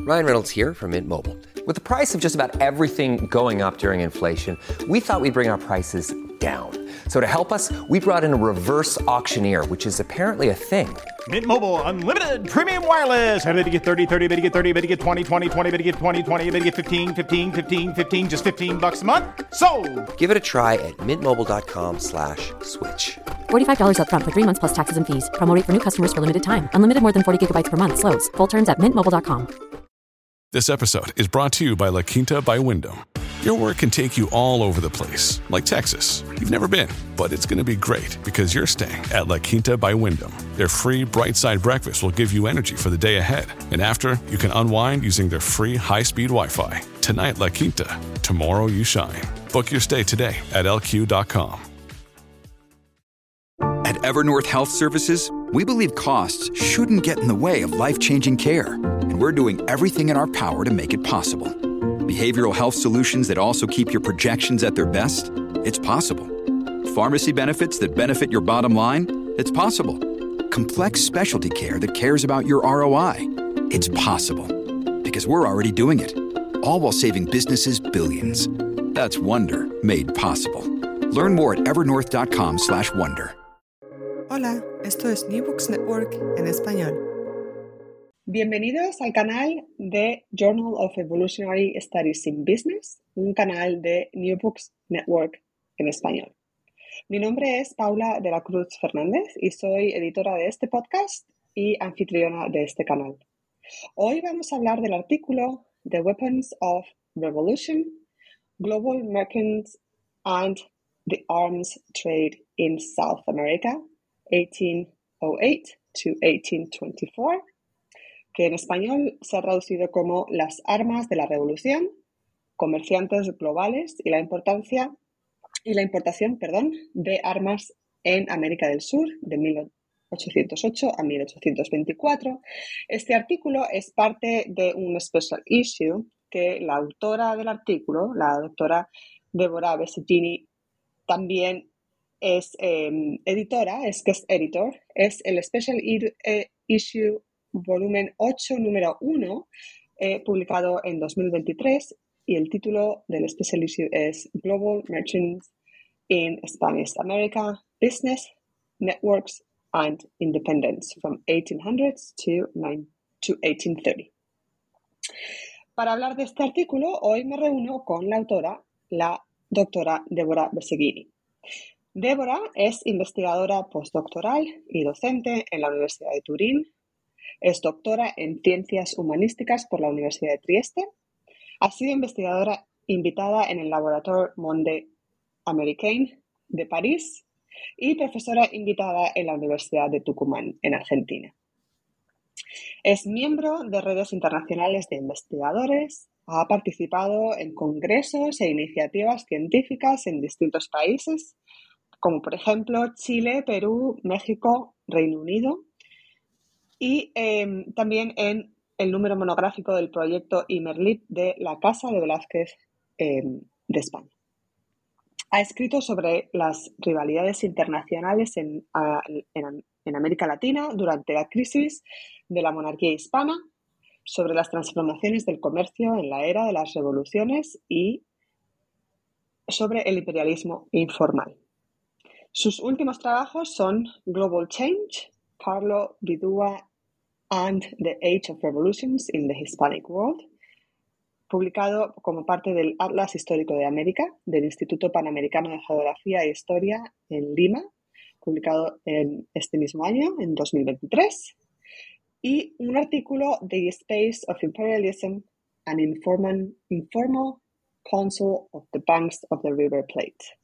Ryan Reynolds here from Mint Mobile. With the price of just about everything going up during inflation, we thought we'd bring our prices down. So to help us, we brought in a reverse auctioneer, which is apparently a thing. Mint Mobile Unlimited Premium Wireless. How to get 30, 30, how to get 30, how to get 20, 20, 20, how to get 20, 20, how to get 15, 15, 15, 15, just $15 a month? Sold! Give it a try at mintmobile.com/switch. $45 up front for 3 months plus taxes and fees. Promo rate for new customers for limited time. Unlimited more than 40 gigabytes per month. Slows full terms at mintmobile.com. This episode is brought to you by La Quinta by Wyndham. Your work can take you all over the place, like Texas. You've never been, but it's going to be great because you're staying at La Quinta by Wyndham. Their free Bright Side breakfast will give you energy for the day ahead. And after, you can unwind using their free high-speed Wi-Fi. Tonight, La Quinta. Tomorrow, you shine. Book your stay today at lq.com. At Evernorth Health Services, we believe costs shouldn't get in the way of life-changing care, and we're doing everything in our power to make it possible. Behavioral health solutions that also keep your projections at their best? It's possible. Pharmacy benefits that benefit your bottom line? It's possible. Complex specialty care that cares about your ROI? It's possible. Because we're already doing it. All while saving businesses billions. That's Wonder made possible. Learn more at evernorth.com/wonder. Hola, esto es New Books Network en español. Bienvenidos al canal de Journal of Evolutionary Studies in Business, un canal de New Books Network en español. Mi nombre es Paula de la Cruz Fernández y soy editora de este podcast y anfitriona de este canal. Hoy vamos a hablar del artículo The Weapons of Revolution, Global Merchants and the Arms Trade in South America, 1808 to 1824, que en español se ha traducido como Las armas de la revolución, comerciantes globales y la importación, de armas en América del Sur de 1808 a 1824. Este artículo es parte de un special issue que la autora del artículo, la doctora Deborah Beseghini, también es editora, es guest editor, es el special issue volumen 8, número 1, publicado en 2023, y el título del special issue es Global Merchants in Spanish America, Business, Networks and Independence from 1800s to 1830. Para hablar de este artículo, hoy me reúno con la autora, la doctora Deborah Beseghini. Deborah es investigadora postdoctoral y docente en la Universidad de Turín. Es doctora en Ciencias Humanísticas por la Universidad de Trieste. Ha sido investigadora invitada en el Laboratorio Monde Américain de París y profesora invitada en la Universidad de Tucumán, en Argentina. Es miembro de redes internacionales de investigadores. Ha participado en congresos e iniciativas científicas en distintos países, como por ejemplo Chile, Perú, México, Reino Unido, y también en el número monográfico del proyecto Imerlib de la Casa de Velázquez de España. Ha escrito sobre las rivalidades internacionales en América Latina durante la crisis de la monarquía hispana, sobre las transformaciones del comercio en la era de las revoluciones y sobre el imperialismo informal. Sus últimos trabajos son Global Change, Carlo Vidua and the Age of Revolutions in the Hispanic World, publicado como parte del Atlas Histórico de América del Instituto Panamericano de Geografía e Historia en Lima, publicado en este mismo año, en 2023, y un artículo The Space of Imperialism and Informal Council of the Banks of the River Plate,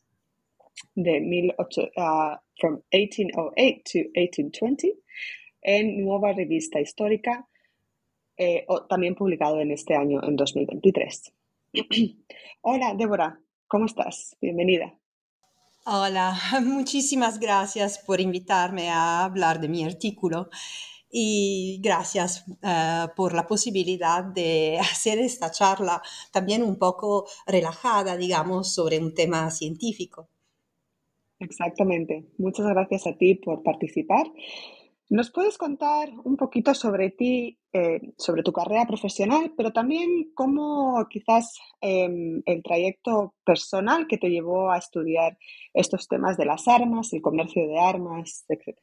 from 1808 to 1820, en Nueva Revista Histórica, también publicado en este año, en 2023. Hola, Débora, ¿cómo estás? Bienvenida. Hola, muchísimas gracias por invitarme a hablar de mi artículo y gracias por la posibilidad de hacer esta charla también un poco relajada, digamos, sobre un tema científico. Exactamente. Muchas gracias a ti por participar. ¿Nos puedes contar un poquito sobre ti, sobre tu carrera profesional, pero también cómo quizás el trayecto personal que te llevó a estudiar estos temas de las armas, el comercio de armas, etcétera?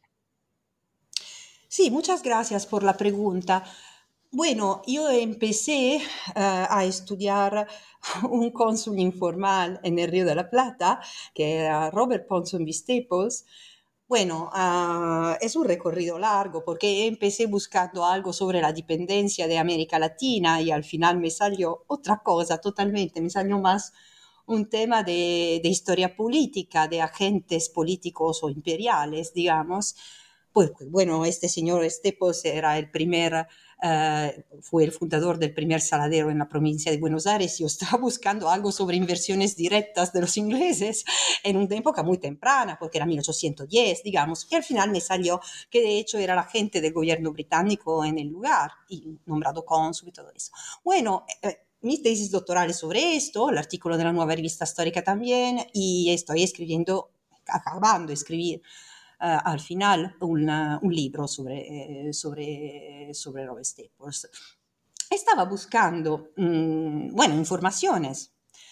Sí, muchas gracias por la pregunta. Bueno, yo empecé a estudiar un cónsul informal en el Río de la Plata, que era Robert Ponsonby Staples. Bueno, es un recorrido largo porque empecé buscando algo sobre la dependencia de América Latina y al final me salió otra cosa totalmente, me salió más un tema de historia política, de agentes políticos o imperiales, digamos. Pues bueno, este señor Staples era fue el fundador del primer saladero en la provincia de Buenos Aires y yo estaba buscando algo sobre inversiones directas de los ingleses en una época muy temprana, porque era 1810, digamos, y al final me salió que de hecho era la gente del gobierno británico en el lugar y nombrado cónsul y todo eso. Bueno, mi tesis doctoral es sobre esto, el artículo de la nueva revista histórica también, y estoy acabando de escribir al final un libro sobre Robert Staples. Estaba buscando, bueno, informaciones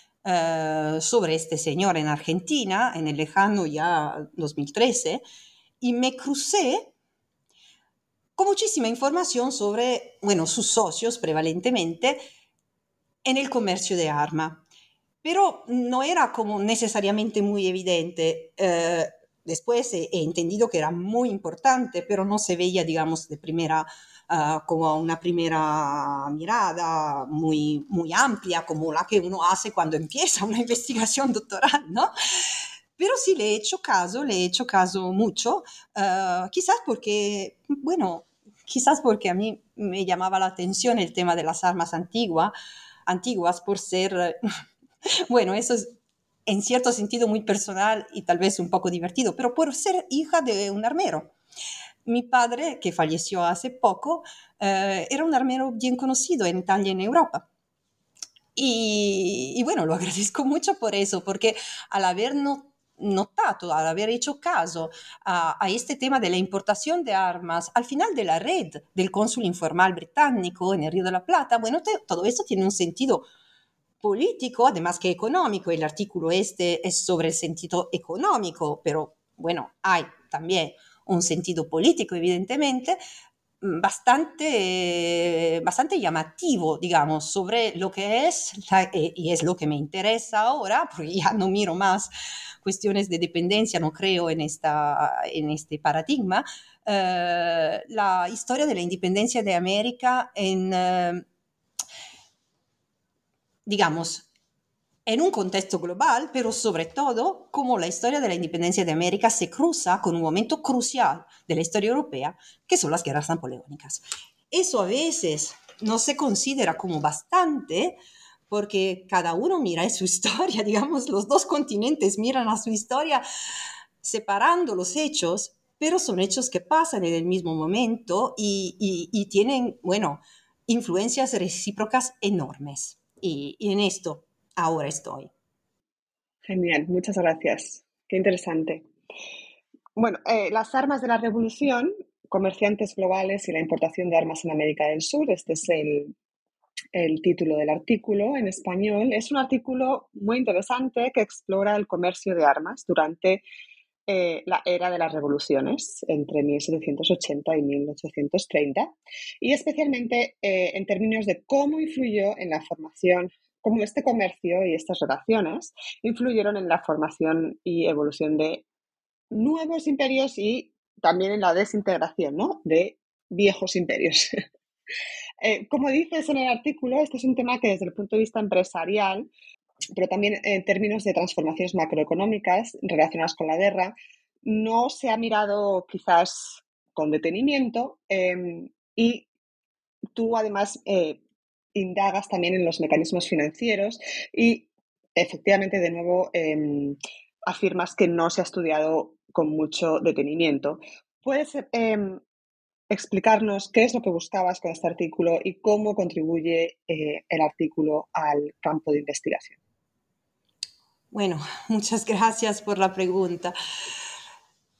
sobre este señor en Argentina, en el lejano ya 2013, y me crucé con muchísima información sobre, bueno, sus socios prevalentemente en el comercio de armas. Pero no era como necesariamente muy evidente. Después he entendido que era muy importante, pero no se veía, digamos, de primera, como una primera mirada muy, muy amplia, como la que uno hace cuando empieza una investigación doctoral, ¿no? Pero sí le he hecho caso mucho, quizás porque, bueno, quizás porque a mí me llamaba la atención el tema de las armas antiguas por ser, bueno, eso es en cierto sentido muy personal y tal vez un poco divertido, pero por ser hija de un armero. Mi padre, que falleció hace poco, era un armero bien conocido en Italia y en Europa. Y bueno, lo agradezco mucho por eso, porque al haber notado, al haber hecho caso a este tema de la importación de armas, al final de la red del cónsul informal británico en el Río de la Plata, bueno, todo esto tiene un sentido político, además que económico. El artículo este es sobre el sentido económico, pero bueno, hay también un sentido político, evidentemente, bastante llamativo, digamos, sobre lo que es, y es lo que me interesa ahora, porque ya no miro más cuestiones de dependencia, no creo en este paradigma, la historia de la independencia de América digamos, en un contexto global, pero sobre todo cómo la historia de la independencia de América se cruza con un momento crucial de la historia europea, que son las guerras napoleónicas. Eso a veces no se considera como bastante, porque cada uno mira su historia, digamos, los dos continentes miran a su historia separando los hechos, pero son hechos que pasan en el mismo momento y tienen, bueno, influencias recíprocas enormes. Y en esto ahora estoy. Genial, muchas gracias. Qué interesante. Bueno, las armas de la revolución, comerciantes globales y la importación de armas en América del Sur, este es el título del artículo en español. Es un artículo muy interesante que explora el comercio de armas durante la era de las revoluciones, entre 1780 y 1830, y especialmente en términos de cómo influyó en la formación, cómo este comercio y estas relaciones influyeron en la formación y evolución de nuevos imperios y también en la desintegración, ¿no?, de viejos imperios. Como dices en el artículo, este es un tema que desde el punto de vista empresarial, pero también en términos de transformaciones macroeconómicas relacionadas con la guerra, no se ha mirado quizás con detenimiento y tú además indagas también en los mecanismos financieros y efectivamente de nuevo afirmas que no se ha estudiado con mucho detenimiento. ¿Puedes explicarnos qué es lo que buscabas con este artículo y cómo contribuye el artículo al campo de investigación? Bueno, muchas gracias por la pregunta.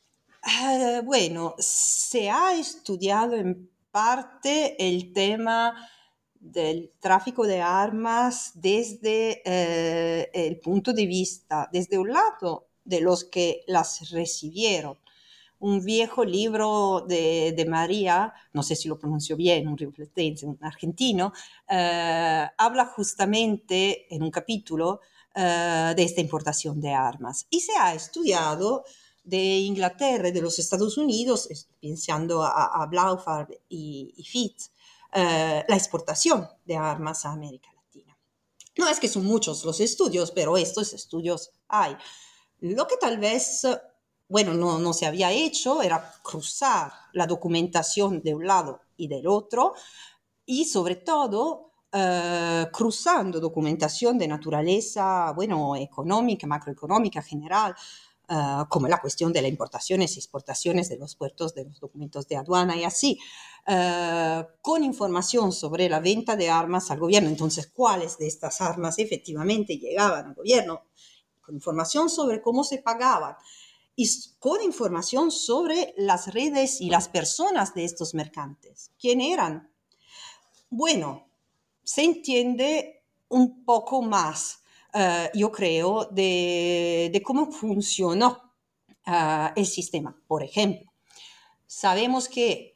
Bueno, se ha estudiado en parte el tema del tráfico de armas desde el punto de vista, desde un lado, de los que las recibieron. Un viejo libro de María, no sé si lo pronuncio bien, un rifletense, un argentino, habla justamente en un capítulo de esta importación de armas. Y se ha estudiado de Inglaterra y de los Estados Unidos, pensando a Blaufarb y Fitz, la exportación de armas a América Latina. No es que son muchos los estudios, pero estos estudios hay. Lo que tal vez, bueno, no se había hecho era cruzar la documentación de un lado y del otro, y sobre todo cruzando documentación de naturaleza, bueno, económica, macroeconómica, general, como la cuestión de las importaciones y exportaciones de los puertos, de los documentos de aduana y así, con información sobre la venta de armas al gobierno, entonces cuáles de estas armas efectivamente llegaban al gobierno, con información sobre cómo se pagaban y con información sobre las redes y las personas de estos mercantes. ¿Quién eran? Bueno, se entiende un poco más, yo creo, de cómo funcionó el sistema. Por ejemplo, sabemos que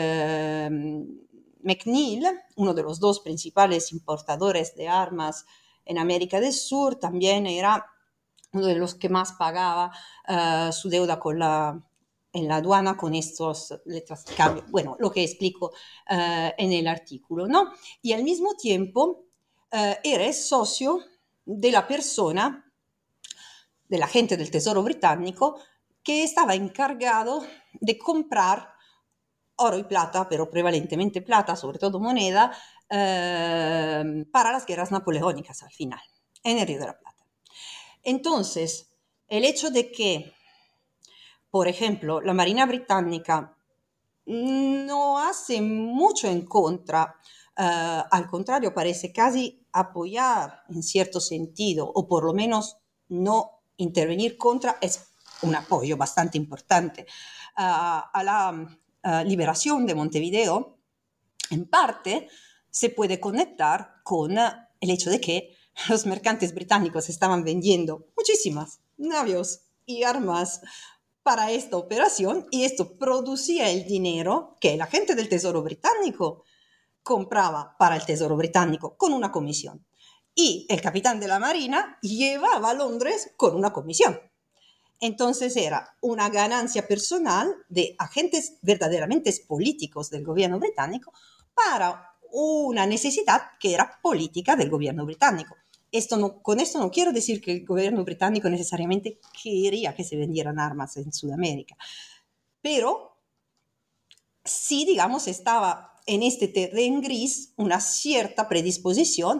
McNeil, uno de los dos principales importadores de armas en América del Sur, también era uno de los que más pagaba su deuda en la aduana con estos letras de cambio. Bueno, lo que explico en el artículo, ¿no? Y al mismo tiempo era el socio de la persona, del agente del Tesoro británico, que estaba encargado de comprar oro y plata, pero prevalentemente plata, sobre todo moneda, para las guerras napoleónicas al final, en el Río de la Plata. Entonces, el hecho de que, por ejemplo, la Marina Británica no hace mucho en contra, al contrario, parece casi apoyar en cierto sentido, o por lo menos no intervenir contra, es un apoyo bastante importante a la liberación de Montevideo, en parte se puede conectar con el hecho de que los mercantes británicos estaban vendiendo muchísimas navios y armas para esta operación, y esto producía el dinero que el agente del Tesoro británico compraba para el Tesoro británico con una comisión, y el capitán de la Marina llevaba a Londres con una comisión. Entonces era una ganancia personal de agentes verdaderamente políticos del gobierno británico para una necesidad que era política del gobierno británico. Con esto no quiero decir que el gobierno británico necesariamente quería que se vendieran armas en Sudamérica, pero sí, digamos, estaba en este terreno gris una cierta predisposición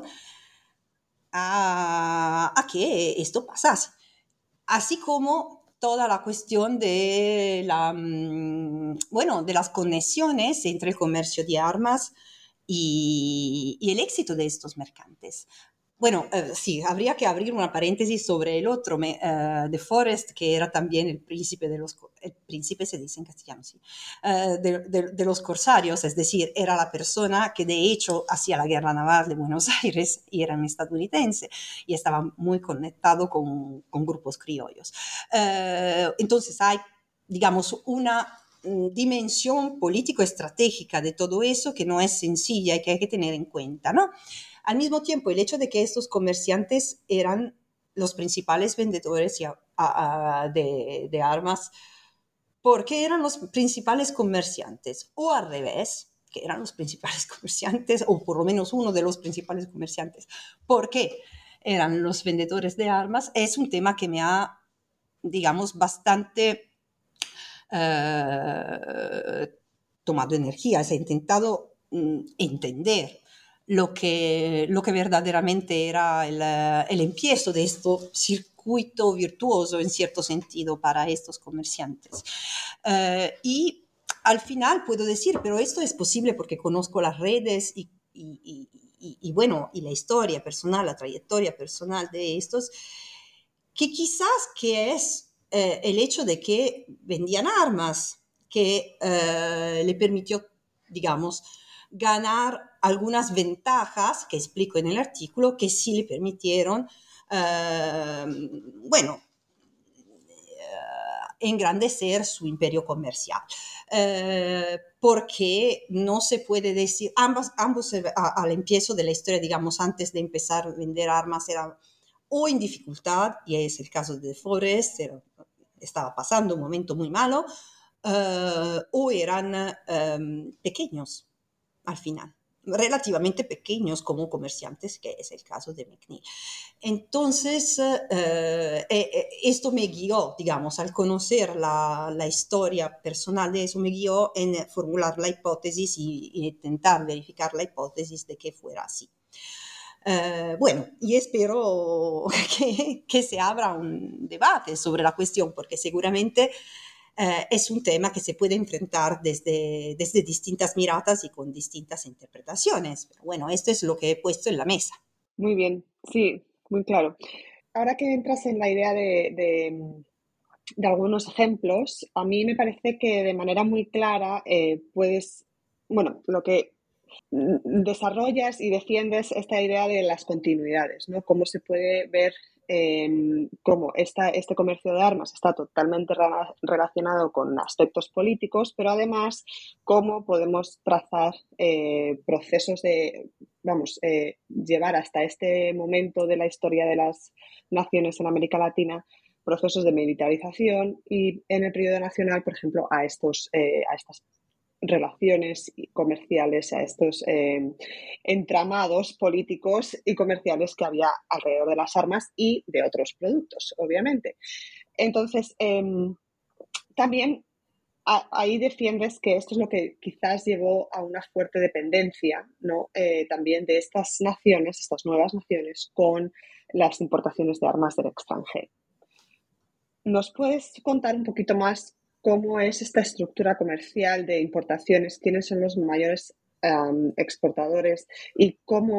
a que esto pasase. Así como toda la cuestión de de las conexiones entre el comercio de armas y el éxito de estos mercantes. Bueno, sí, habría que abrir una paréntesis sobre el otro, de Forrest, que era también el príncipe el príncipe se dice en castellano, sí, de los corsarios, es decir, era la persona que de hecho hacía la guerra naval de Buenos Aires y era un estadounidense y estaba muy conectado con grupos criollos. Entonces hay, digamos, una dimensión político-estratégica de todo eso que no es sencilla y que hay que tener en cuenta, ¿no? Al mismo tiempo, el hecho de que estos comerciantes eran los principales vendedores de armas, porque eran los principales comerciantes, o al revés, que eran los principales comerciantes, o por lo menos uno de los principales comerciantes, porque eran los vendedores de armas, es un tema que me ha, digamos, bastante tomado energía. He intentado entender lo que verdaderamente era el empiezo de este circuito virtuoso en cierto sentido para estos comerciantes. Y al final puedo decir, pero esto es posible porque conozco las redes y bueno, y la historia personal, la trayectoria personal de estos, que quizás que es el hecho de que vendían armas, que le permitió, digamos, ganar algunas ventajas que explico en el artículo, que sí le permitieron, bueno, engrandecer su imperio comercial. Porque no se puede decir, ambos al empiezo de la historia, digamos, antes de empezar a vender armas, eran o en dificultad, y es el caso de Forrest, estaba pasando un momento muy malo, o eran pequeños al final, relativamente pequeños como comerciantes, que es el caso de McNeil. Entonces, esto me guió, digamos, al conocer la historia personal de eso, me guió en formular la hipótesis y intentar verificar la hipótesis de que fuera así. Bueno, y espero que se abra un debate sobre la cuestión, porque seguramente es un tema que se puede enfrentar desde distintas miradas y con distintas interpretaciones. Pero bueno, esto es lo que he puesto en la mesa. Muy bien, sí, muy claro. Ahora que entras en la idea de algunos ejemplos, a mí me parece que de manera muy clara bueno, lo que desarrollas y defiendes esta idea de las continuidades, ¿no? Cómo se puede ver cómo este comercio de armas está totalmente relacionado con aspectos políticos, pero además cómo podemos trazar procesos de, llevar hasta este momento de la historia de las naciones en América Latina procesos de militarización y en el periodo nacional, por ejemplo, a estas relaciones comerciales, a estos entramados políticos y comerciales que había alrededor de las armas y de otros productos, obviamente. Entonces, también ahí defiendes que esto es lo que quizás llevó a una fuerte dependencia, ¿no? También de estas naciones, estas nuevas naciones, con las importaciones de armas del extranjero. ¿Nos puedes contar un poquito más cómo es esta estructura comercial de importaciones? ¿Quiénes son los mayores exportadores? ¿Y cómo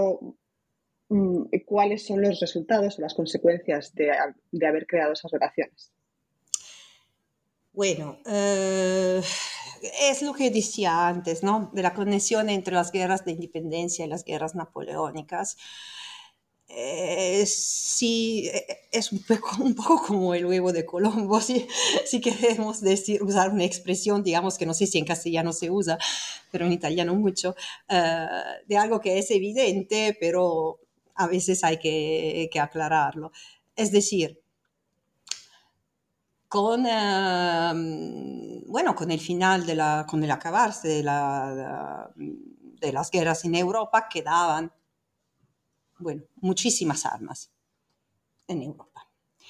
cuáles son los resultados o las consecuencias de haber creado esas relaciones? Bueno, es lo que decía antes, ¿no? De la conexión entre las guerras de independencia y las guerras napoleónicas. Sí, es un poco como el huevo de Colombo, si queremos usar una expresión, digamos que no sé si en castellano se usa, pero en italiano mucho, de algo que es evidente, pero a veces hay que aclararlo. Es decir, con el final con el acabarse de las guerras en Europa, quedaban, muchísimas armas en Europa.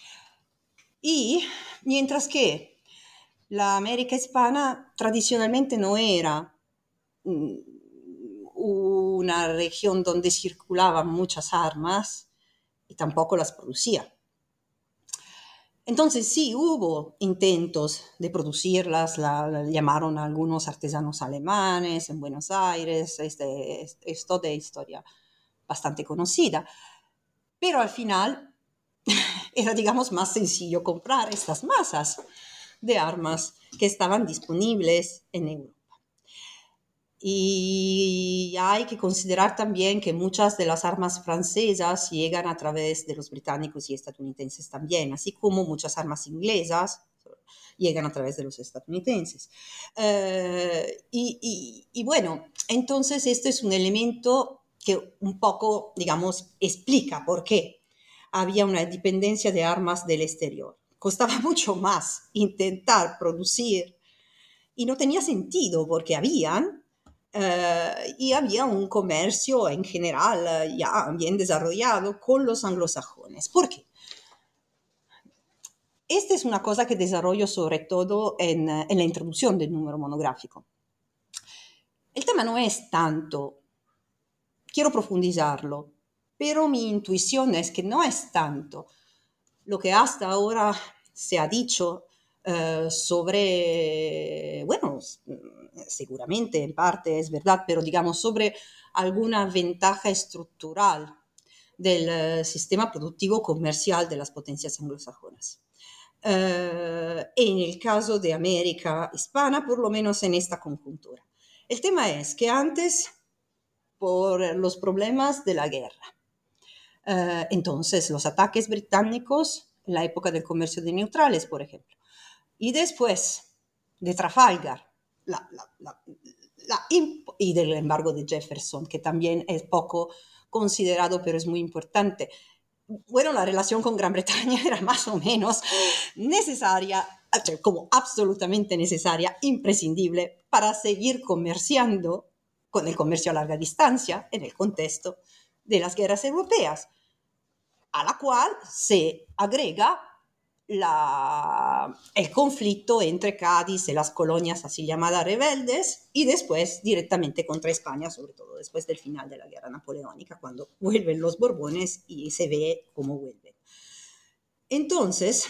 Y mientras que la América hispana tradicionalmente no era una región donde circulaban muchas armas y tampoco las producía. Entonces sí, hubo intentos de producirlas, la llamaron a algunos artesanos alemanes en Buenos Aires, esto de historia bastante conocida, pero al final era, digamos, más sencillo comprar estas masas de armas que estaban disponibles en Europa. Y hay que considerar también que muchas de las armas francesas llegan a través de los británicos y estadounidenses también, así como muchas armas inglesas llegan a través de los estadounidenses. Bueno, entonces este es un elemento que un poco, digamos, explica por qué había una dependencia de armas del exterior. Costaba mucho más intentar producir y no tenía sentido porque y había un comercio en general ya bien desarrollado con los anglosajones. ¿Por qué? Esta es una cosa que desarrollo sobre todo en la introducción del número monográfico. El tema no es tanto, quiero profundizarlo, pero mi intuición es que no es tanto lo que hasta ahora se ha dicho sobre, seguramente en parte es verdad, pero digamos sobre alguna ventaja estructural del sistema productivo comercial de las potencias anglosajonas. en el caso de América Hispana, por lo menos en esta conjuntura. El tema es que antes, por los problemas de la guerra, entonces los ataques británicos en la época del comercio de neutrales, por ejemplo, y después de Trafalgar, y del embargo de Jefferson, que también es poco considerado, pero es muy importante. Bueno, la relación con Gran Bretaña era más o menos necesaria, como absolutamente necesaria, imprescindible para seguir comerciando con el comercio a larga distancia en el contexto de las guerras europeas, a la cual se agrega el conflicto entre Cádiz y las colonias así llamadas rebeldes y después directamente contra España, sobre todo después del final de la guerra napoleónica, cuando vuelven los Borbones y se ve cómo vuelven. Entonces,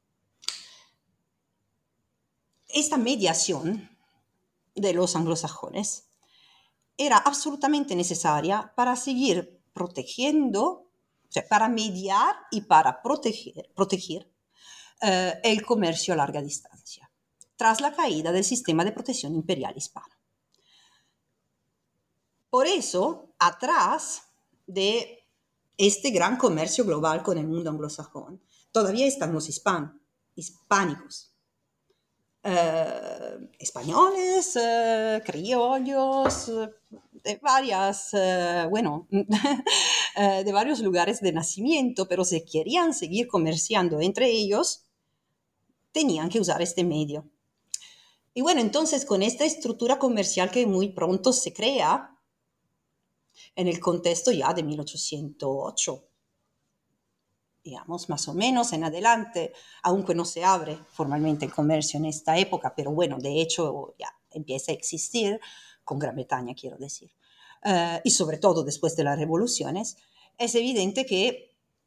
esta mediación de los anglosajones era absolutamente necesaria para seguir protegiendo, o sea, para mediar y para proteger el comercio a larga distancia, tras la caída del sistema de protección imperial hispano. Por eso, atrás de este gran comercio global con el mundo anglosajón, todavía están los hispánicos, españoles, criollos, de de varios lugares de nacimiento, pero si querían seguir comerciando entre ellos, tenían que usar este medio. Y bueno, entonces con esta estructura comercial que muy pronto se crea en el contexto ya de 1808, digamos, más o menos en adelante, aunque no se abre formalmente el comercio en esta época, pero bueno, de hecho ya empieza a existir, con Gran Bretaña quiero decir, y sobre todo después de las revoluciones, es evidente que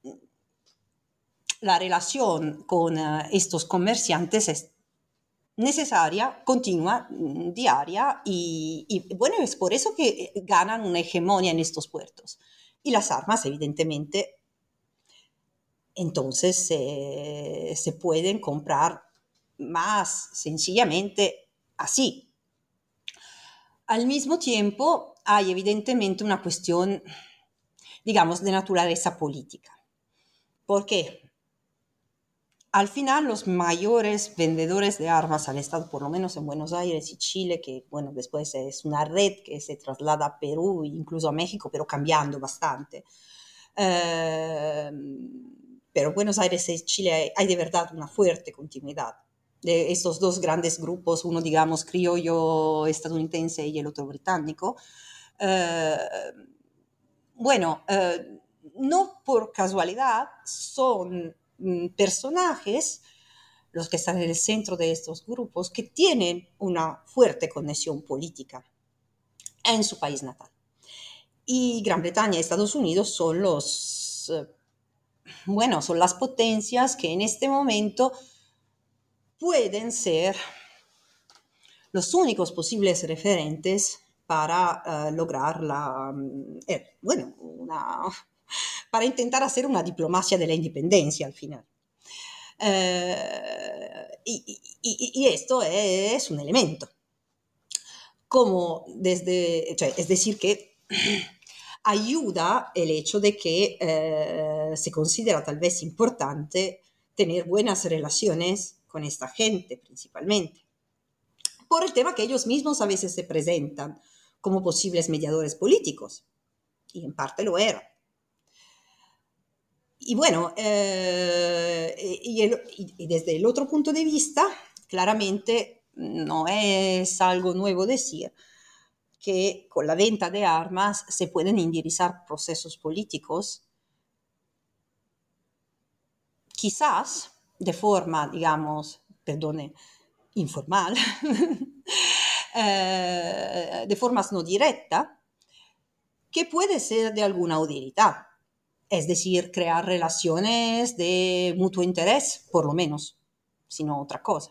la relación con estos comerciantes es necesaria, continua, diaria, y bueno, es por eso que ganan una hegemonía en estos puertos. Y las armas, evidentemente, entonces se pueden comprar más sencillamente así. Al mismo tiempo, hay evidentemente una cuestión, digamos, de naturaleza política. ¿Por qué? Al final, los mayores vendedores de armas han estado, por lo menos en Buenos Aires y Chile, que bueno, después es una red que se traslada a Perú e incluso a México, pero cambiando bastante. Pero Buenos Aires y Chile hay de verdad una fuerte continuidad de estos dos grandes grupos, uno digamos criollo estadounidense y el otro británico. No por casualidad son personajes, los que están en el centro de estos grupos, que tienen una fuerte conexión política en su país natal. Y Gran Bretaña y Estados Unidos son son las potencias que en este momento pueden ser los únicos posibles referentes para lograr para intentar hacer una diplomacia de la independencia al final. Y esto es un elemento. Es decir, que ayuda el hecho de que se considera tal vez importante tener buenas relaciones con esta gente principalmente, por el tema que ellos mismos a veces se presentan como posibles mediadores políticos, y en parte lo eran. Y bueno, y desde el otro punto de vista, claramente no es algo nuevo decir que con la venta de armas se pueden indirizar procesos políticos, quizás de forma, digamos, informal, de forma no directa, que puede ser de alguna utilidad. Es decir, crear relaciones de mutuo interés, por lo menos, si no otra cosa,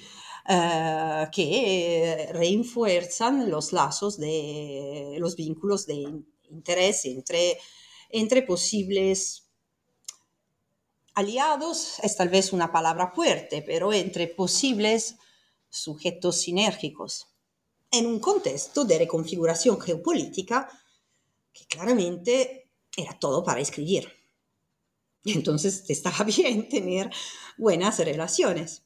que refuerzan los lazos los vínculos de interés entre posibles aliados es tal vez una palabra fuerte, pero entre posibles sujetos sinérgicos, en un contexto de reconfiguración geopolítica que claramente era todo para escribir. Entonces estaba bien tener buenas relaciones.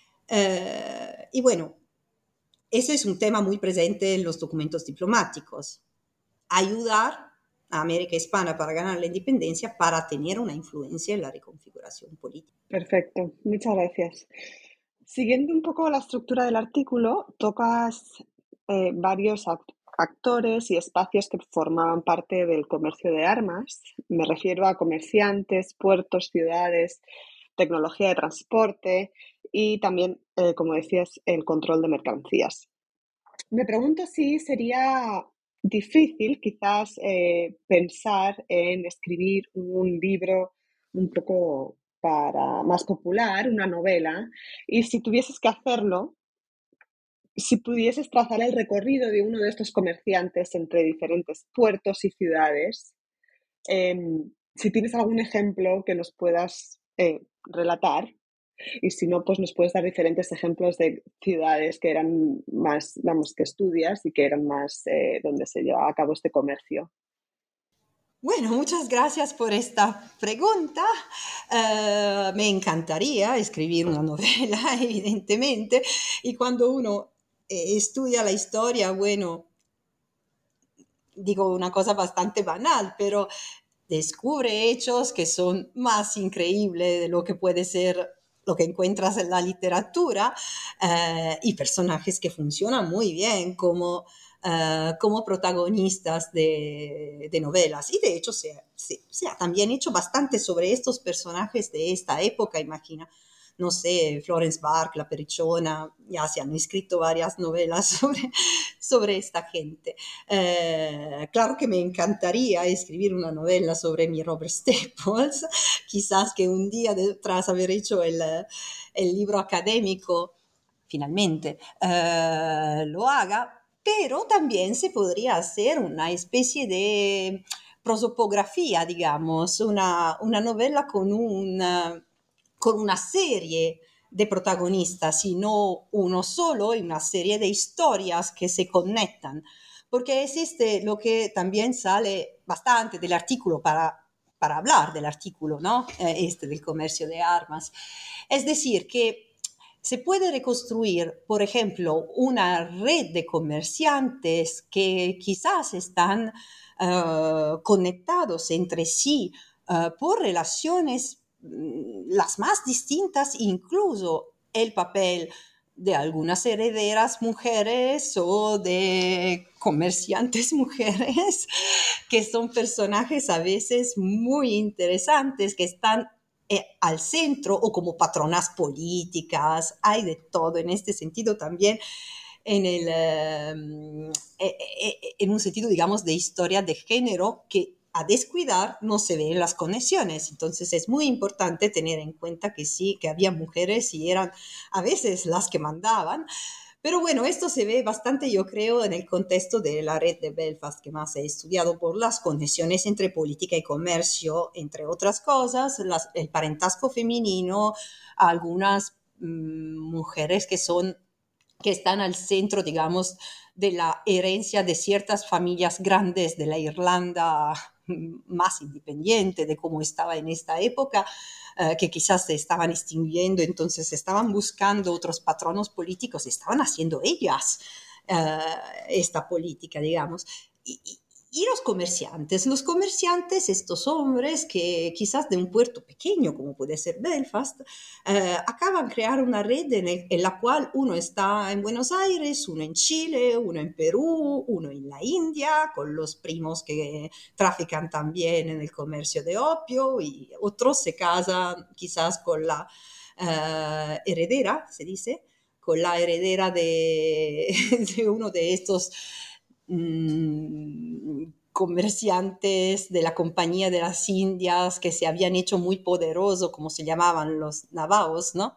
Y bueno, ese es un tema muy presente en los documentos diplomáticos. Ayudar a América Hispana para ganar la independencia para tener una influencia en la reconfiguración política. Perfecto, muchas gracias. Siguiendo un poco la estructura del artículo, tocas varios actores y espacios que formaban parte del comercio de armas. Me refiero a comerciantes, puertos, ciudades, tecnología de transporte y también, como decías, el control de mercancías. Me pregunto si sería difícil quizás pensar en escribir un libro un poco más popular, una novela, y si tuvieses que hacerlo, si pudieses trazar el recorrido de uno de estos comerciantes entre diferentes puertos y ciudades, si tienes algún ejemplo que nos puedas relatar, y si no, pues nos puedes dar diferentes ejemplos de ciudades que eran más, vamos, que estudias y que eran más donde se llevaba a cabo este comercio. Bueno, muchas gracias por esta pregunta. Me encantaría escribir una novela, evidentemente, y cuando uno estudia la historia, bueno, digo una cosa bastante banal, pero descubre hechos que son más increíbles de lo que puede ser lo que encuentras en la literatura, y personajes que funcionan muy bien como protagonistas de novelas. Y de hecho se ha también hecho bastante sobre estos personajes de esta época, imagina. No sé, Florence Bark, La Perrichona, ya se han escrito varias novelas sobre esta gente. Claro que me encantaría escribir una novela sobre mi Robert Staples, quizás que un día tras haber hecho el libro académico, finalmente lo haga, pero también se podría hacer una especie de prosopografía, digamos, una novela con una serie de protagonistas, sino uno solo, y una serie de historias que se conectan, porque existe lo que también sale bastante del artículo para hablar del artículo, ¿no? Del comercio de armas. Es decir, que se puede reconstruir, por ejemplo, una red de comerciantes que quizás están conectados entre sí por relaciones las más distintas, incluso el papel de algunas herederas mujeres o de comerciantes mujeres, que son personajes a veces muy interesantes, que están al centro, o como patronas políticas. Hay de todo en este sentido también, en un sentido, digamos, de historia de género, que a descuidar no se ven las conexiones. Entonces es muy importante tener en cuenta que sí, que había mujeres y eran a veces las que mandaban. Pero bueno, esto se ve bastante, yo creo, en el contexto de la red de Belfast, que más he estudiado por las conexiones entre política y comercio, entre otras cosas, el parentesco femenino, algunas mujeres que están al centro, digamos, de la herencia de ciertas familias grandes de la Irlanda más independiente, de cómo estaba en esta época, que quizás se estaban extinguiendo, entonces estaban buscando otros patronos políticos, estaban haciendo ellas esta política, digamos. Y los comerciantes, estos hombres que quizás de un puerto pequeño, como puede ser Belfast, acaban de crear una red en la cual uno está en Buenos Aires, uno en Chile, uno en Perú, uno en la India, con los primos que trafican también en el comercio de opio, y otros se casan quizás con la heredera, se dice, con la heredera de uno de estos comerciantes de la Compañía de las Indias, que se habían hecho muy poderosos, como se llamaban los navajos, ¿no?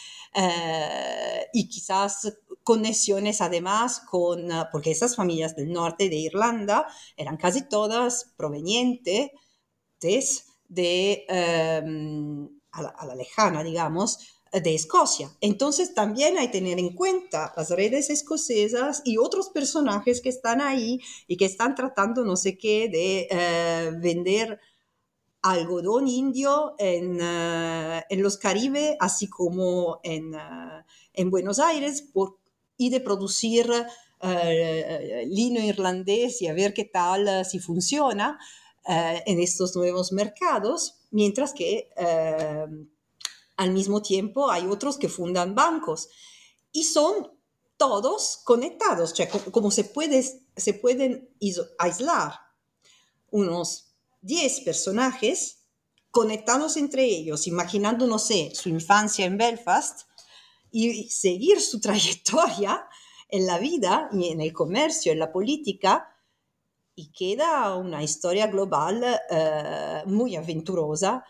Y quizás conexiones además porque esas familias del norte de Irlanda eran casi todas provenientes de a la lejana, digamos, de Escocia. Entonces también hay que tener en cuenta las redes escocesas y otros personajes que están ahí y que están tratando no sé qué de vender algodón indio en los Caribe, así como en Buenos Aires, y de producir lino irlandés y a ver qué tal, si funciona en estos nuevos mercados, mientras que al mismo tiempo hay otros que fundan bancos y son todos conectados, o sea, como se pueden aislar unos 10 personajes conectados entre ellos, imaginando, no sé, su infancia en Belfast y seguir su trayectoria en la vida y en el comercio, en la política, y queda una historia global muy aventurosa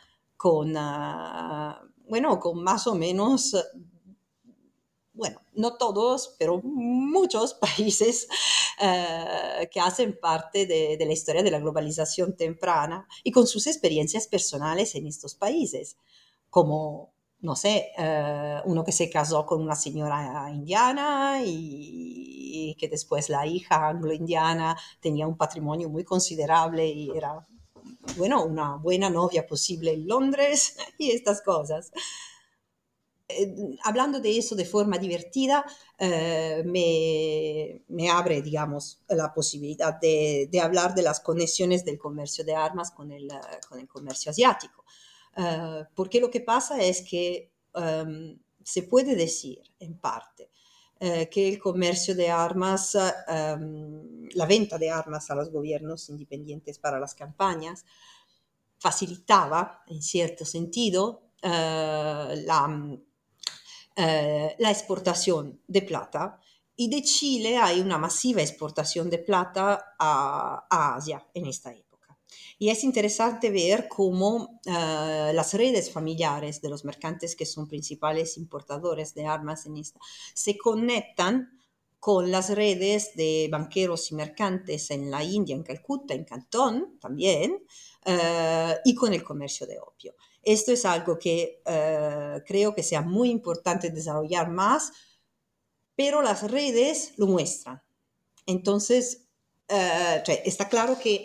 con más o menos, bueno, no todos, pero muchos países que hacen parte de la historia de la globalización temprana y con sus experiencias personales en estos países, como, no sé, uno que se casó con una señora indiana y que después la hija anglo-indiana tenía un patrimonio muy considerable y era, bueno, una buena novia posible en Londres y estas cosas. Hablando de eso de forma divertida, me abre, digamos, la posibilidad de hablar de las conexiones del comercio de armas con el comercio asiático. Porque lo que pasa es que se puede decir, en parte, que el comercio de armas, la venta de armas a los gobiernos independientes para las campañas, facilitaba, en cierto sentido, la exportación de plata, y de Chile hay una masiva exportación de plata a Asia en esta época. Y es interesante ver cómo las redes familiares de los mercantes que son principales importadores de armas en esta se conectan con las redes de banqueros y mercantes en la India, en Calcuta, en Cantón también, y con el comercio de opio. Esto es algo que creo que sea muy importante desarrollar más, pero las redes lo muestran. Entonces, está claro que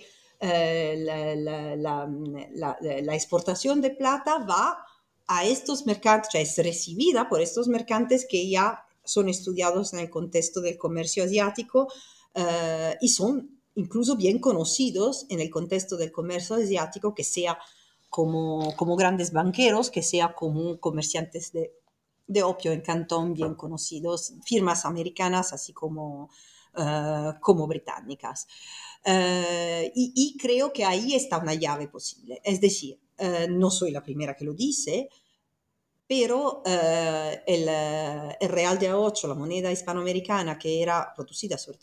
la exportación de plata va a estos mercantes, es recibida por estos mercantes que ya son estudiados en el contexto del comercio asiático y son incluso bien conocidos en el contexto del comercio asiático, que sea como grandes banqueros, que sea como comerciantes de opio en Cantón bien conocidos, firmas americanas así como británicas. Y creo que ahí está una llave posible. Es decir, no soy la primera que lo dice, pero el real de A8, la moneda hispanoamericana que era producida, sobre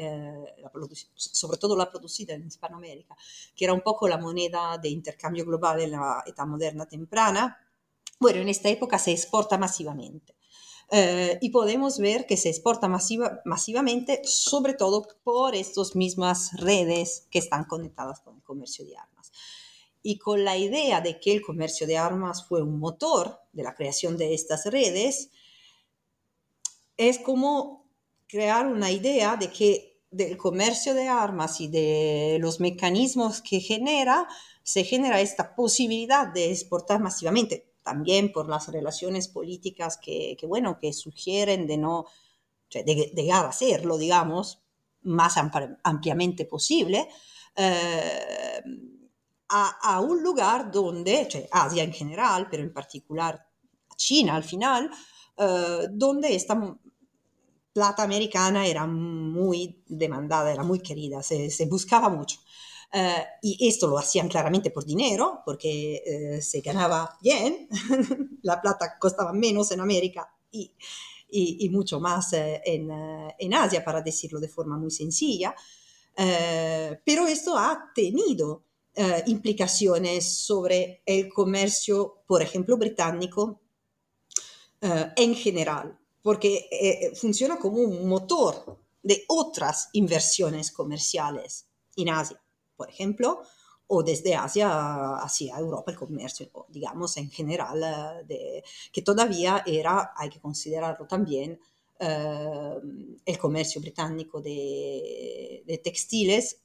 todo la producida en Hispanoamérica, que era un poco la moneda de intercambio global en la etapa moderna temprana, bueno, en esta época se exporta masivamente. Y podemos ver que se exporta masivamente, sobre todo por estas mismas redes que están conectadas con el comercio de armas. Y con la idea de que el comercio de armas fue un motor de la creación de estas redes, es como crear una idea de que del comercio de armas y de los mecanismos que se genera esta posibilidad de exportar masivamente, también por las relaciones políticas que sugieren de no, de llegar a hacerlo, digamos, más ampliamente posible, a un lugar donde, Asia en general, pero en particular China al final, donde esta plata americana era muy demandada, era muy querida, se buscaba mucho. Y esto lo hacían claramente por dinero, porque se ganaba bien, la plata costaba menos en América y mucho más en Asia, para decirlo de forma muy sencilla. Pero esto ha tenido implicaciones sobre el comercio, por ejemplo, británico en general, porque funciona como un motor de otras inversiones comerciales en Asia, por ejemplo, o desde Asia hacia Europa el comercio, digamos, en general, que todavía era, hay que considerarlo también, el comercio británico de textiles,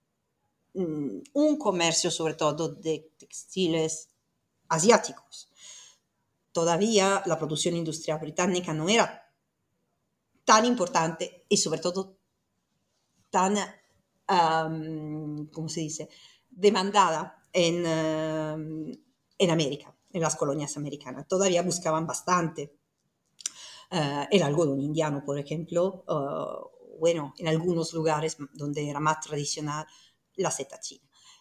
un comercio sobre todo de textiles asiáticos. Todavía la producción industrial británica no era tan importante y sobre todo tan, ¿cómo se dice?, demandada en América, en las colonias americanas. Todavía buscaban bastante el algodón indiano, por ejemplo, bueno, en algunos lugares donde era más tradicional la seta china.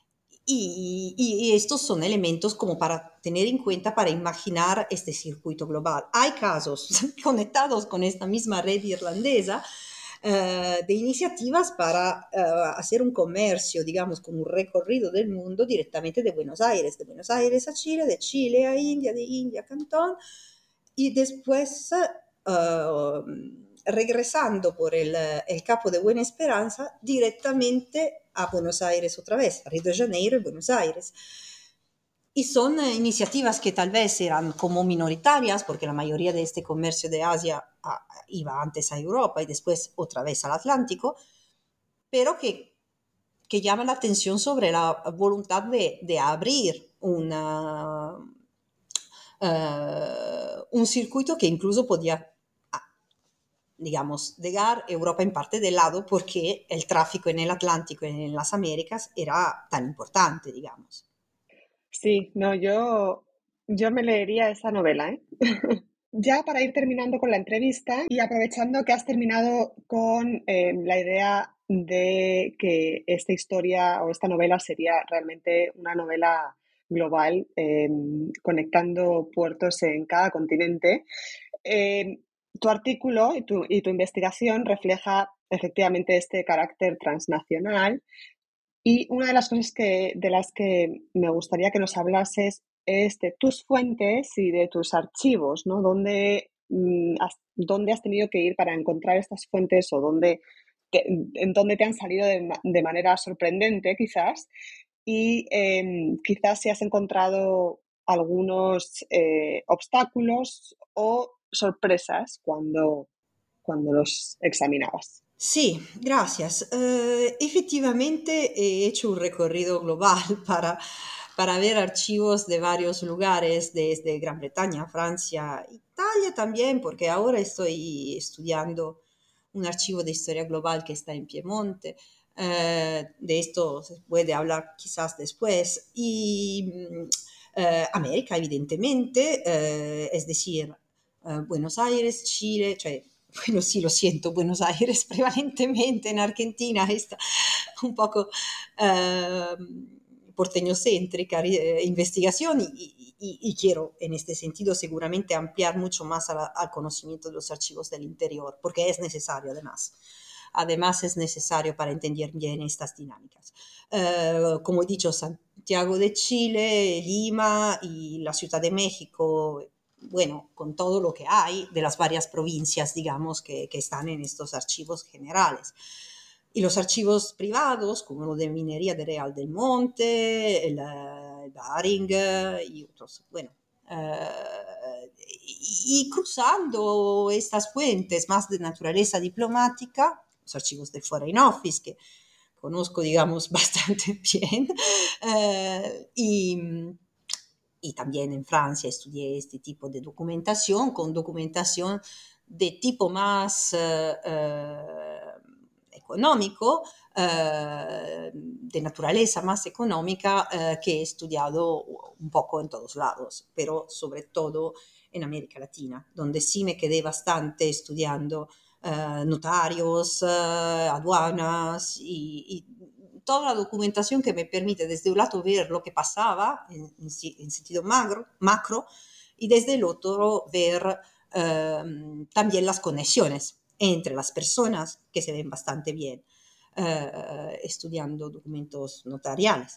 Y estos son elementos como para tener en cuenta, para imaginar este circuito global. Hay casos conectados con esta misma red irlandesa de iniciativas para hacer un comercio, digamos, con un recorrido del mundo directamente de Buenos Aires a Chile, de Chile a India, de India a Cantón, y después regresando por el Capo de Buena Esperanza directamente a Buenos Aires otra vez, a Río de Janeiro y Buenos Aires. Y son iniciativas que tal vez eran como minoritarias, porque la mayoría de este comercio de Asia iba antes a Europa y después otra vez al Atlántico, pero que llaman la atención sobre la voluntad de abrir un circuito que incluso podía, digamos, dejar Europa en parte de lado porque el tráfico en el Atlántico y en las Américas era tan importante, digamos. Sí, no, yo me leería esa novela, ¿eh? Ya para ir terminando con la entrevista y aprovechando que has terminado con la idea de que esta historia o esta novela sería realmente una novela global, conectando puertos en cada continente, tu artículo y tu investigación refleja efectivamente este carácter transnacional. Y una de las cosas de las que me gustaría que nos hablases es de tus fuentes y de tus archivos, ¿no? ¿Dónde has tenido que ir para encontrar estas fuentes o en dónde te han salido de manera sorprendente, quizás? Y quizás si has encontrado algunos obstáculos o sorpresas cuando los examinabas. Sí, gracias. Efectivamente, he hecho un recorrido global para ver archivos de varios lugares, desde Gran Bretaña, Francia, Italia también, porque ahora estoy estudiando un archivo de historia global que está en Piemonte. De esto se puede hablar quizás después. Y América, evidentemente, es decir, Buenos Aires, Chile, cioè, bueno, sí, lo siento, Buenos Aires prevalentemente, en Argentina está un poco porteñocéntrica investigación y quiero en este sentido seguramente ampliar mucho más al conocimiento de los archivos del interior, porque es necesario además. Además es necesario para entender bien estas dinámicas. Como he dicho, Santiago de Chile, Lima y la Ciudad de México, bueno, con todo lo que hay de las varias provincias, digamos, que están en estos archivos generales. Y los archivos privados, como lo de Minería de Real del Monte, el Daring y otros, bueno. Y cruzando estas fuentes más de naturaleza diplomática, los archivos del Foreign Office, que conozco, digamos, bastante bien, y también en Francia estudié este tipo de documentación, con documentación de tipo más económico, de naturaleza más económica, que he estudiado un poco en todos lados, pero sobre todo en América Latina, donde sí me quedé bastante estudiando notarios, aduanas y toda la documentación que me permite desde un lado ver lo que pasaba en sentido macro y desde el otro ver también las conexiones entre las personas, que se ven bastante bien estudiando documentos notariales,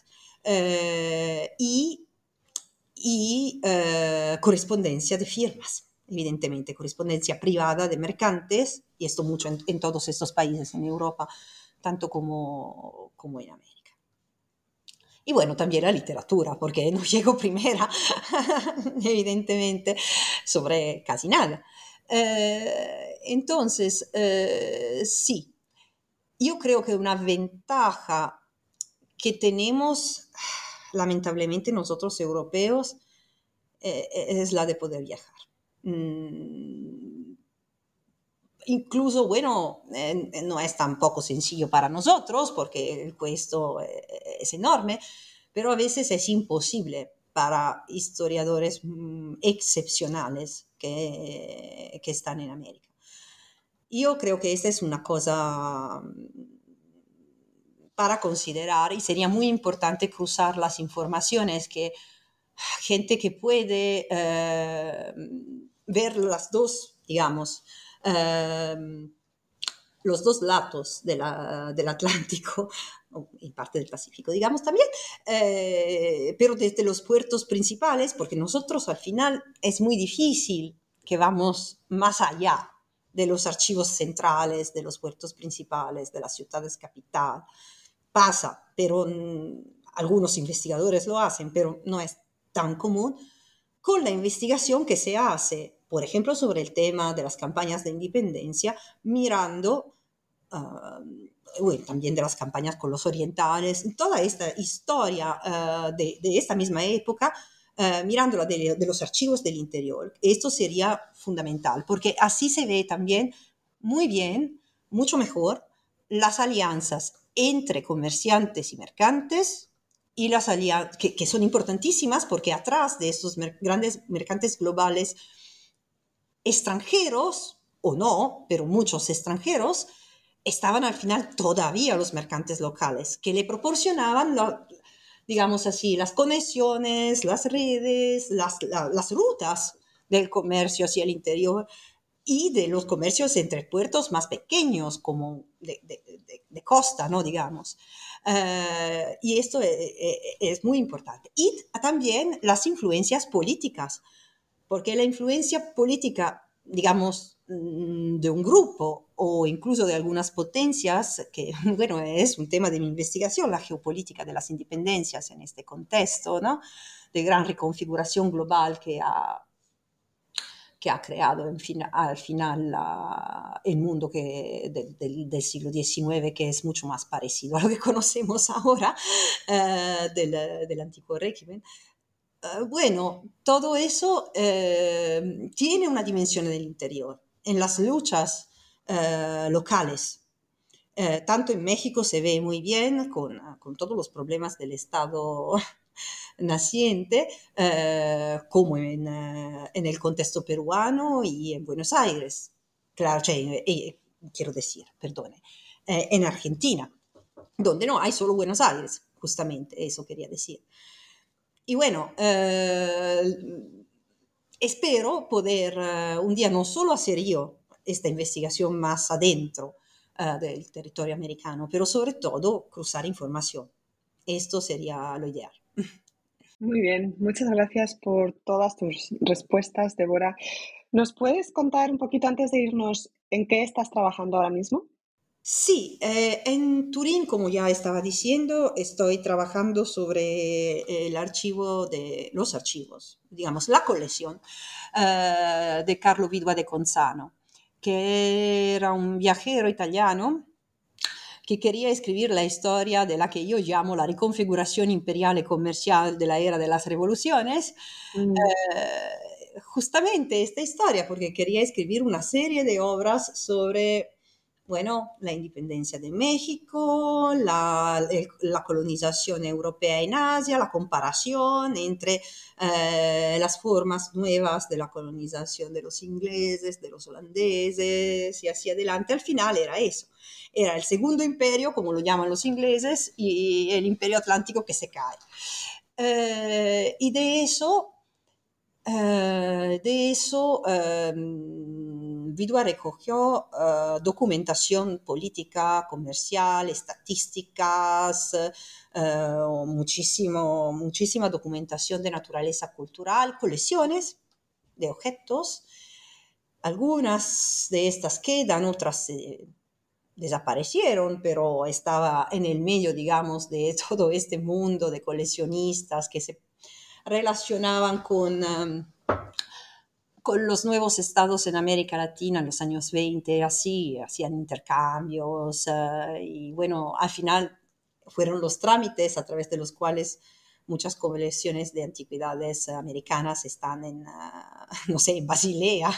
y correspondencia de firmas, evidentemente, correspondencia privada de mercantes, y esto mucho en todos estos países en Europa, tanto como en América. Y bueno, también la literatura, porque no llego primera, evidentemente, sobre casi nada. Entonces, sí, yo creo que una ventaja que tenemos, lamentablemente, nosotros europeos, es la de poder viajar. Incluso, bueno, no es tampoco sencillo para nosotros porque el costo es enorme, pero a veces es imposible para historiadores excepcionales que están en América. Yo creo que esta es una cosa para considerar y sería muy importante cruzar las informaciones que gente que puede ver las dos, digamos, los dos lados del Atlántico y parte del Pacífico, digamos también, pero desde los puertos principales, porque nosotros al final es muy difícil que vamos más allá de los archivos centrales, de los puertos principales, de las ciudades capital. Pasa, pero algunos investigadores lo hacen, pero no es tan común, con la investigación que se hace, por ejemplo, sobre el tema de las campañas de independencia, mirando bueno, también de las campañas con los orientales, toda esta historia de esta misma época, mirándola de los archivos del interior. Esto sería fundamental, porque así se ve también muy bien, mucho mejor, las alianzas entre comerciantes y mercantes, y las alianzas que son importantísimas porque atrás de estos grandes mercantes globales extranjeros, o no, pero muchos extranjeros, estaban al final todavía los mercantes locales, que le proporcionaban, digamos así, las conexiones, las redes, las rutas del comercio hacia el interior y de los comercios entre puertos más pequeños, como de costa, ¿no? Digamos. Y esto es muy importante. Y también las influencias políticas, porque la influencia política, digamos, de un grupo o incluso de algunas potencias, que, bueno, es un tema de mi investigación, la geopolítica de las independencias en este contexto, ¿no? De gran reconfiguración global que ha creado al final el mundo del siglo XIX, que es mucho más parecido a lo que conocemos ahora del antiguo régimen. Bueno, todo eso tiene una dimensión del interior, en las luchas locales. Tanto en México se ve muy bien con todos los problemas del Estado naciente, como en el contexto peruano y en Buenos Aires. Claro, quiero decir, perdone, en Argentina, donde no hay solo Buenos Aires, justamente, eso quería decir. Y bueno, espero poder un día no solo hacer yo esta investigación más adentro del territorio americano, pero sobre todo cruzar información. Esto sería lo ideal. Muy bien, muchas gracias por todas tus respuestas, Débora. ¿Nos puedes contar un poquito antes de irnos en qué estás trabajando ahora mismo? Sí, en Turín, como ya estaba diciendo, estoy trabajando sobre los archivos, digamos, la colección de Carlo Vidua de Conzano, que era un viajero italiano que quería escribir la historia de la que yo llamo la reconfiguración imperial y comercial de la era de las revoluciones. Justamente esta historia, porque quería escribir una serie de obras sobre, bueno, la independencia de México, la colonización europea en Asia, la comparación entre las formas nuevas de la colonización de los ingleses, de los holandeses y así adelante. Al final era eso. Era el segundo imperio, como lo llaman los ingleses, y el imperio atlántico que se cae. Y de eso Vidua recogió documentación política, comercial, estadísticas, muchísima documentación de naturaleza cultural, colecciones de objetos. Algunas de estas quedan, otras desaparecieron, pero estaba en el medio, digamos, de todo este mundo de coleccionistas que se relacionaban con los nuevos estados en América Latina en los años 20, así, hacían intercambios y bueno, al final fueron los trámites a través de los cuales muchas colecciones de antigüedades americanas están no sé, en Basilea,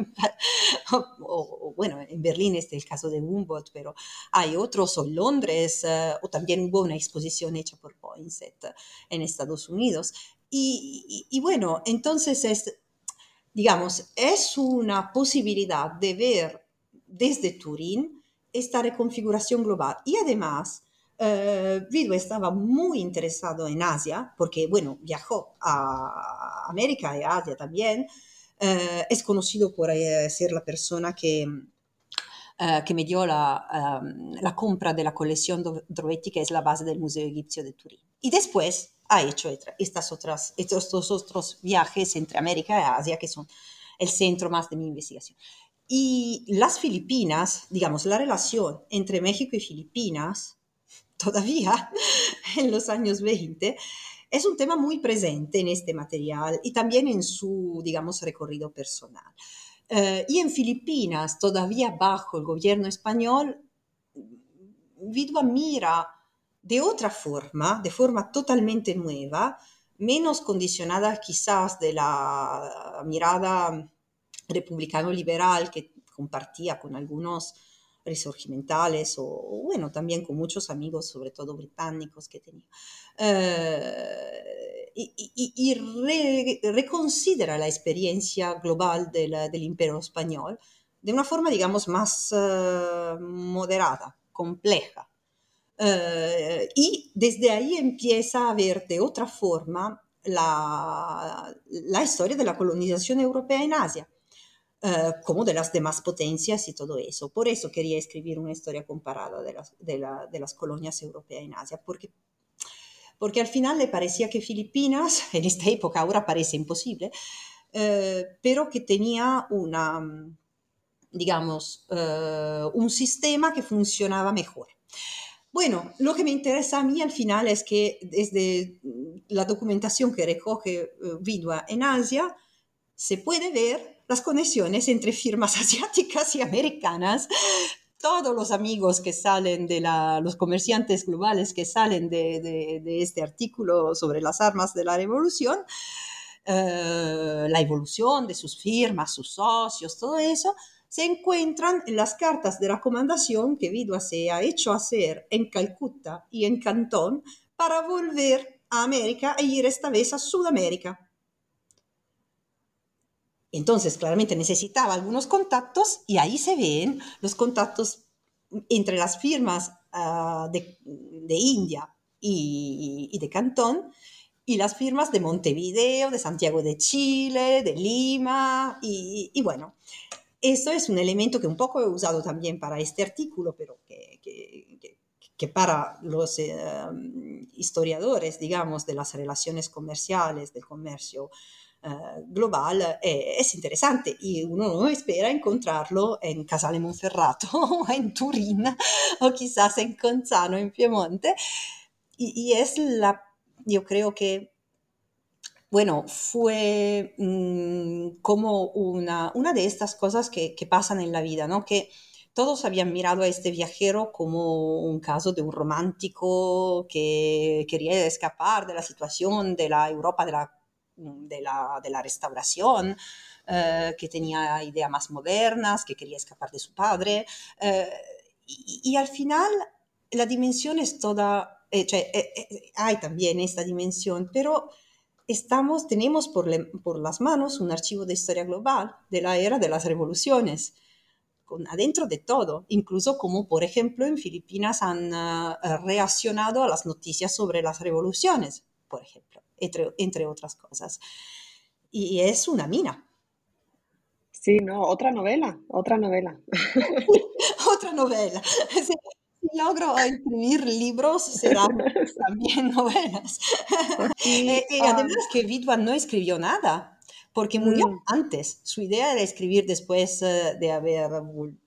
bueno, en Berlín es el caso de Humboldt, pero hay otros, o en Londres, o también hubo una exposición hecha por Poinsett en Estados Unidos. Y bueno, entonces digamos, es una posibilidad de ver desde Turín esta reconfiguración global. Y además, Vido estaba muy interesado en Asia, porque, bueno, viajó a América y a Asia también. Es conocido por ser la persona que me dio la compra de la colección Drovetti, que es la base del Museo Egipcio de Turín. Y después ha hecho estos otros viajes entre América y Asia, que son el centro más de mi investigación. Y las Filipinas, digamos, la relación entre México y Filipinas, todavía en los años 20, es un tema muy presente en este material y también en su, digamos, recorrido personal. Y en Filipinas, todavía bajo el gobierno español, Vidua mira de forma totalmente nueva, menos condicionada quizás de la mirada republicano-liberal que compartía con algunos resurgimentales o bueno, también con muchos amigos, sobre todo británicos que tenía. Reconsidera la experiencia global del Imperio Español de una forma, digamos, más moderada, compleja. Y desde ahí empieza a ver de otra forma la historia de la colonización europea en Asia, como de las demás potencias y todo eso. Por eso quería escribir una historia comparada de las colonias europeas en Asia, porque al final le parecía que Filipinas, en esta época ahora parece imposible, pero que tenía digamos, un sistema que funcionaba mejor. Bueno, lo que me interesa a mí al final es que desde la documentación que recoge Vidua en Asia, se puede ver las conexiones entre firmas asiáticas y americanas. Todos los amigos que salen los comerciantes globales que salen de este artículo sobre las armas de la revolución, la evolución de sus firmas, sus socios, todo eso, se encuentran en las cartas de recomendación que Vidua se ha hecho hacer en Calcuta y en Cantón para volver a América e ir esta vez a Sudamérica. Entonces, claramente necesitaba algunos contactos y ahí se ven los contactos entre las firmas de India y de Cantón y las firmas de Montevideo, de Santiago de Chile, de Lima y bueno, eso es un elemento que un poco he usado también para este artículo, pero que para los historiadores, digamos, de las relaciones comerciales, del comercio global, es interesante y uno no espera encontrarlo en Casale Monferrato o en Turín o quizás en Conzano, en Piemonte. Y es yo creo que bueno, fue como una de estas cosas que pasan en la vida, ¿no? Que todos habían mirado a este viajero como un caso de un romántico que quería escapar de la situación de la Europa de la restauración, que tenía ideas más modernas, que quería escapar de su padre. Y al final la dimensión es toda, hay también esta dimensión, pero tenemos por las manos un archivo de historia global de la era de las revoluciones, adentro de todo, incluso como por ejemplo en Filipinas han reaccionado a las noticias sobre las revoluciones, por ejemplo, entre otras cosas. Y es una mina. Sí, no, otra novela, otra novela. Otra novela. Si logro escribir libros, serán también novelas. Y además que Vidua no escribió nada, porque murió antes. Su idea era escribir después de haber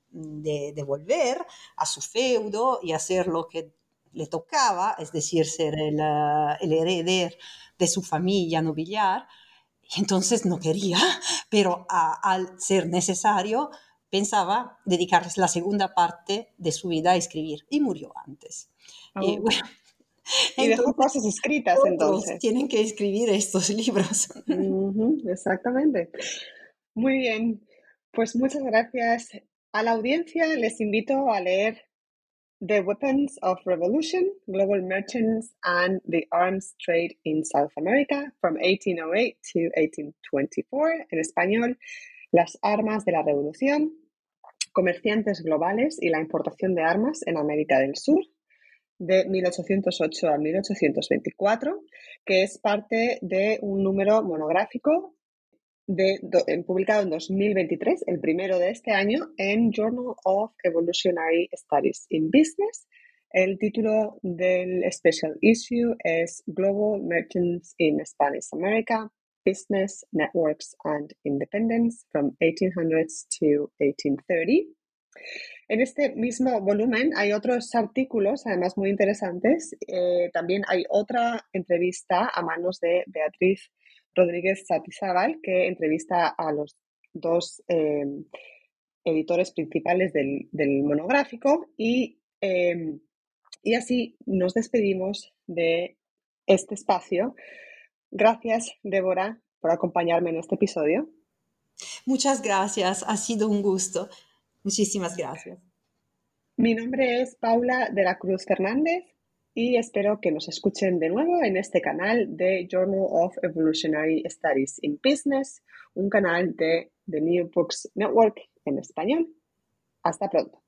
de volver a su feudo y hacer lo que le tocaba, es decir, ser el heredero de su familia nobiliar. Y entonces no quería, pero al ser necesario, pensaba dedicarles la segunda parte de su vida a escribir y murió antes. Y Oh. bueno, Y dejó entonces cosas escritas otros entonces. tienen que escribir estos libros. Exactamente. Muy bien. Pues muchas gracias. A la audiencia les invito a leer The Weapons of Revolution, Global Merchants and the Arms Trade in South America from 1808 to 1824, en español, Las armas de la revolución, comerciantes globales y la importación de armas en América del Sur, de 1808 a 1824, que es parte de un número monográfico publicado en 2023, el primero de este año, en Journal of Evolutionary Studies in Business. El título del special issue es Global Merchants in Spanish America, Business, Networks and Independence from 1800s to 1830. En este mismo volumen hay otros artículos, además muy interesantes. También hay otra entrevista a manos de Beatriz Rodríguez Satizábal, que entrevista a los dos editores principales del monográfico y así nos despedimos de este espacio. Gracias, Débora, por acompañarme en este episodio. Muchas gracias, ha sido un gusto. Muchísimas gracias. Mi nombre es Paula de la Cruz Fernández y espero que nos escuchen de nuevo en este canal de Journal of Evolutionary Studies in Business, un canal de The New Books Network en español. Hasta pronto.